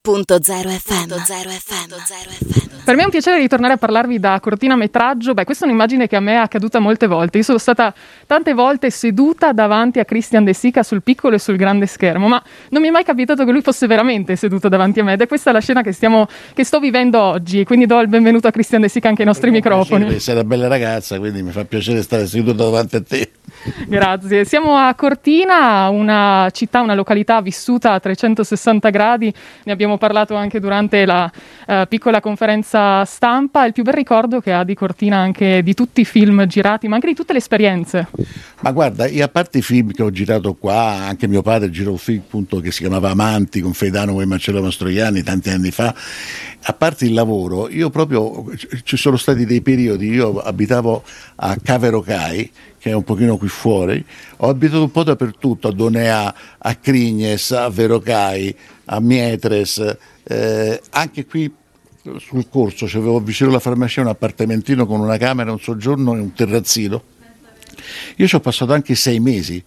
Per me è un piacere ritornare a parlarvi da cortinametraggio. Questa è un'immagine che a me è accaduta molte volte. Io sono stata tante volte seduta davanti a Christian De Sica sul piccolo e sul grande schermo, ma non mi è mai capitato che lui fosse veramente seduto davanti a me, ed è questa la scena che sto vivendo oggi. Quindi do il benvenuto a Christian De Sica anche ai nostri microfoni. Piacere, sei una bella ragazza, quindi mi fa piacere stare seduto davanti a te. Grazie. Siamo a Cortina, una città, una località vissuta a 360 gradi. Ne abbiamo parlato anche durante la piccola conferenza stampa. Il più bel ricordo che ha di Cortina, anche di tutti i film girati, ma anche di tutte le esperienze. Ma guarda, io, a parte i film che ho girato qua, anche mio padre girò un film appunto che si chiamava Amanti con Feidano e Marcello Mastroianni tanti anni fa. A parte il lavoro, io proprio, ci sono stati dei periodi, io abitavo a Caverocai, che è un pochino qui fuori, ho abitato un po' dappertutto, a Donea, a Crignes, a Verocai, a Mietres, anche qui sul corso c'avevo vicino alla farmacia un appartamentino con una camera, un soggiorno e un terrazzino. Io ci ho passato anche 6 mesi,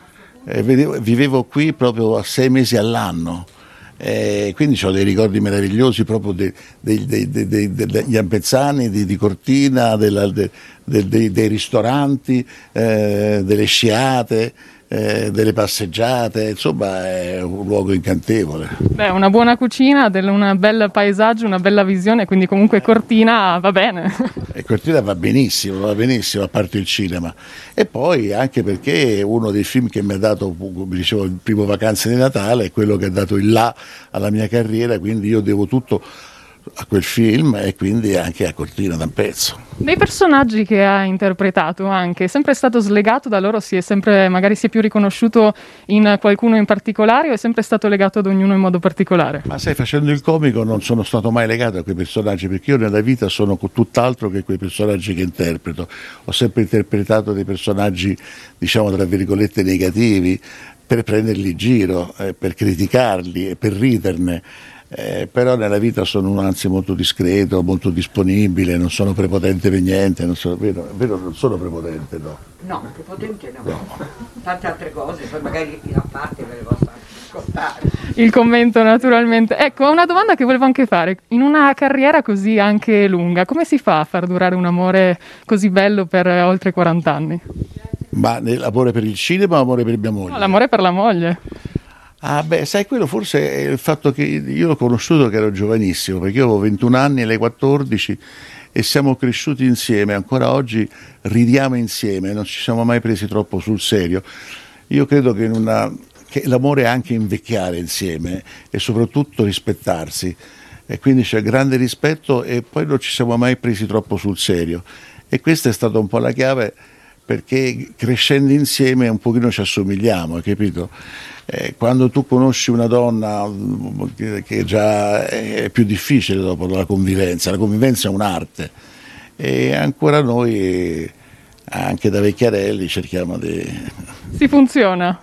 vivevo qui proprio a 6 mesi all'anno. Quindi ho dei ricordi meravigliosi proprio degli Ampezzani, di Cortina, dei ristoranti, delle sciate, delle passeggiate, insomma è un luogo incantevole. Una buona cucina, un bel paesaggio, una bella visione, quindi comunque Cortina va bene. E Cortina va benissimo, a parte il cinema. E poi anche perché uno dei film che mi ha dato, come dicevo, il primo Vacanze di Natale, è quello che ha dato il là alla mia carriera, quindi io devo tutto a quel film e quindi anche a Cortina da un pezzo. Dei personaggi che ha interpretato anche, è sempre stato slegato da loro, magari si è più riconosciuto in qualcuno in particolare, o è sempre stato legato ad ognuno in modo particolare? Ma sai, facendo il comico non sono stato mai legato a quei personaggi, perché io nella vita sono tutt'altro che quei personaggi che interpreto. Ho sempre interpretato dei personaggi, diciamo tra virgolette, negativi, per prenderli in giro, per criticarli e per riderne. Però nella vita sono anzi molto discreto, molto disponibile, non sono prepotente per niente, non sono prepotente, no. No, prepotente no. Tante altre cose, poi magari a parte ve le posso ascoltare. Il commento naturalmente. Ecco, una domanda che volevo anche fare. In una carriera così anche lunga, come si fa a far durare un amore così bello per oltre 40 anni? Ma l'amore per il cinema o l'amore per mia moglie? No, l'amore per la moglie. Sai, quello forse è il fatto che io l'ho conosciuto che ero giovanissimo, perché io avevo 21 anni e lei 14 e siamo cresciuti insieme, ancora oggi ridiamo insieme, non ci siamo mai presi troppo sul serio. Io credo che l'amore è anche invecchiare insieme e soprattutto rispettarsi, e quindi c'è grande rispetto e poi non ci siamo mai presi troppo sul serio, e questa è stata un po' la chiave, perché crescendo insieme un pochino ci assomigliamo, hai capito? Quando tu conosci una donna che già è più difficile dopo la convivenza è un'arte, e ancora noi, anche da vecchiarelli, cerchiamo di... Si funziona.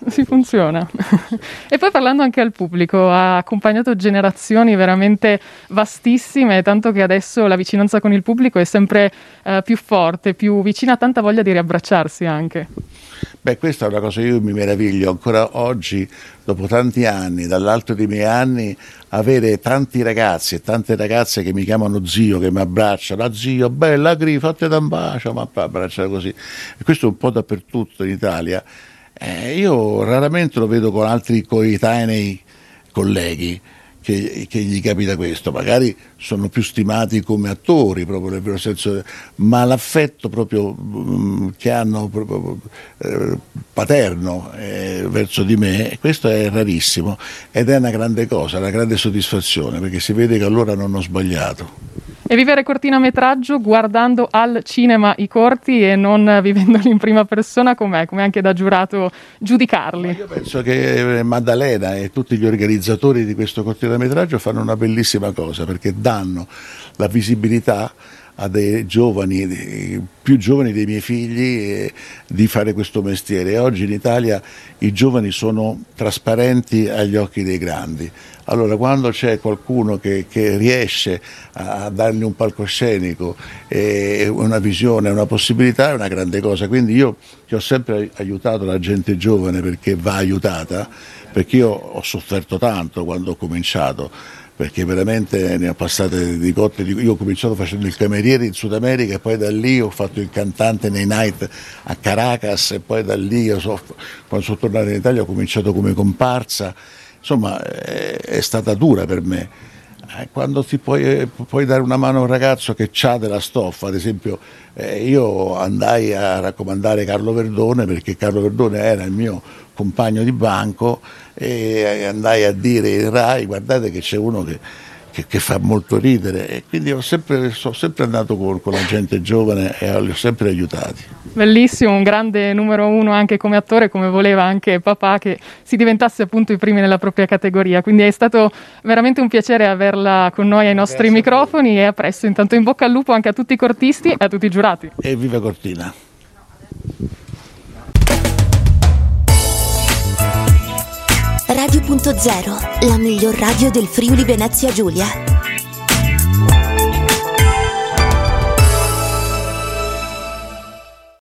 E poi, parlando anche al pubblico, ha accompagnato generazioni veramente vastissime, tanto che adesso la vicinanza con il pubblico è sempre più forte, più vicina, tanta voglia di riabbracciarsi anche. Questa è una cosa che io mi meraviglio ancora oggi, dopo tanti anni, dall'alto dei miei anni, avere tanti ragazzi e tante ragazze che mi chiamano zio, che mi abbracciano: zio, bella Gri, fate da un bacio, ma abbracciare così. E questo un po' dappertutto in Italia. Io raramente lo vedo con altri coetanei colleghi che gli capita questo. Magari sono più stimati come attori, proprio nel vero senso, ma l'affetto proprio che hanno proprio, paterno verso di me, questo è rarissimo, ed è una grande cosa, una grande soddisfazione, perché si vede che allora non ho sbagliato. E vivere cortinametraggio guardando al cinema i corti e non vivendoli in prima persona, com'è? Come anche da giurato giudicarli? Io penso che Maddalena e tutti gli organizzatori di questo cortinametraggio fanno una bellissima cosa, perché danno la visibilità a dei giovani, più giovani dei miei figli, di fare questo mestiere. E oggi in Italia i giovani sono trasparenti agli occhi dei grandi. Allora, quando c'è qualcuno che riesce a dargli un palcoscenico, una visione, una possibilità, è una grande cosa. Quindi io che ho sempre aiutato la gente giovane, perché va aiutata, perché io ho sofferto tanto quando ho cominciato, perché veramente ne ho passate di cotte. Io ho cominciato facendo il cameriere in Sud America e poi da lì ho fatto il cantante nei night a Caracas e poi da lì quando sono tornato in Italia ho cominciato come comparsa. Insomma, è stata dura per me. Quando ti puoi dare una mano a un ragazzo che ha della stoffa, ad esempio io andai a raccomandare Carlo Verdone, perché Carlo Verdone era il mio compagno di banco, e andai a dire in Rai: guardate che c'è uno che fa molto ridere, e quindi sono sempre andato con la gente giovane e li ho sempre aiutati. Bellissimo, un grande numero uno anche come attore, come voleva anche papà che si diventasse appunto i primi nella propria categoria, quindi è stato veramente un piacere averla con noi ai nostri microfoni, e a presto. Intanto in bocca al lupo anche a tutti i cortisti e a tutti i giurati. E viva Cortina! Radio.0, la miglior radio del Friuli Venezia Giulia.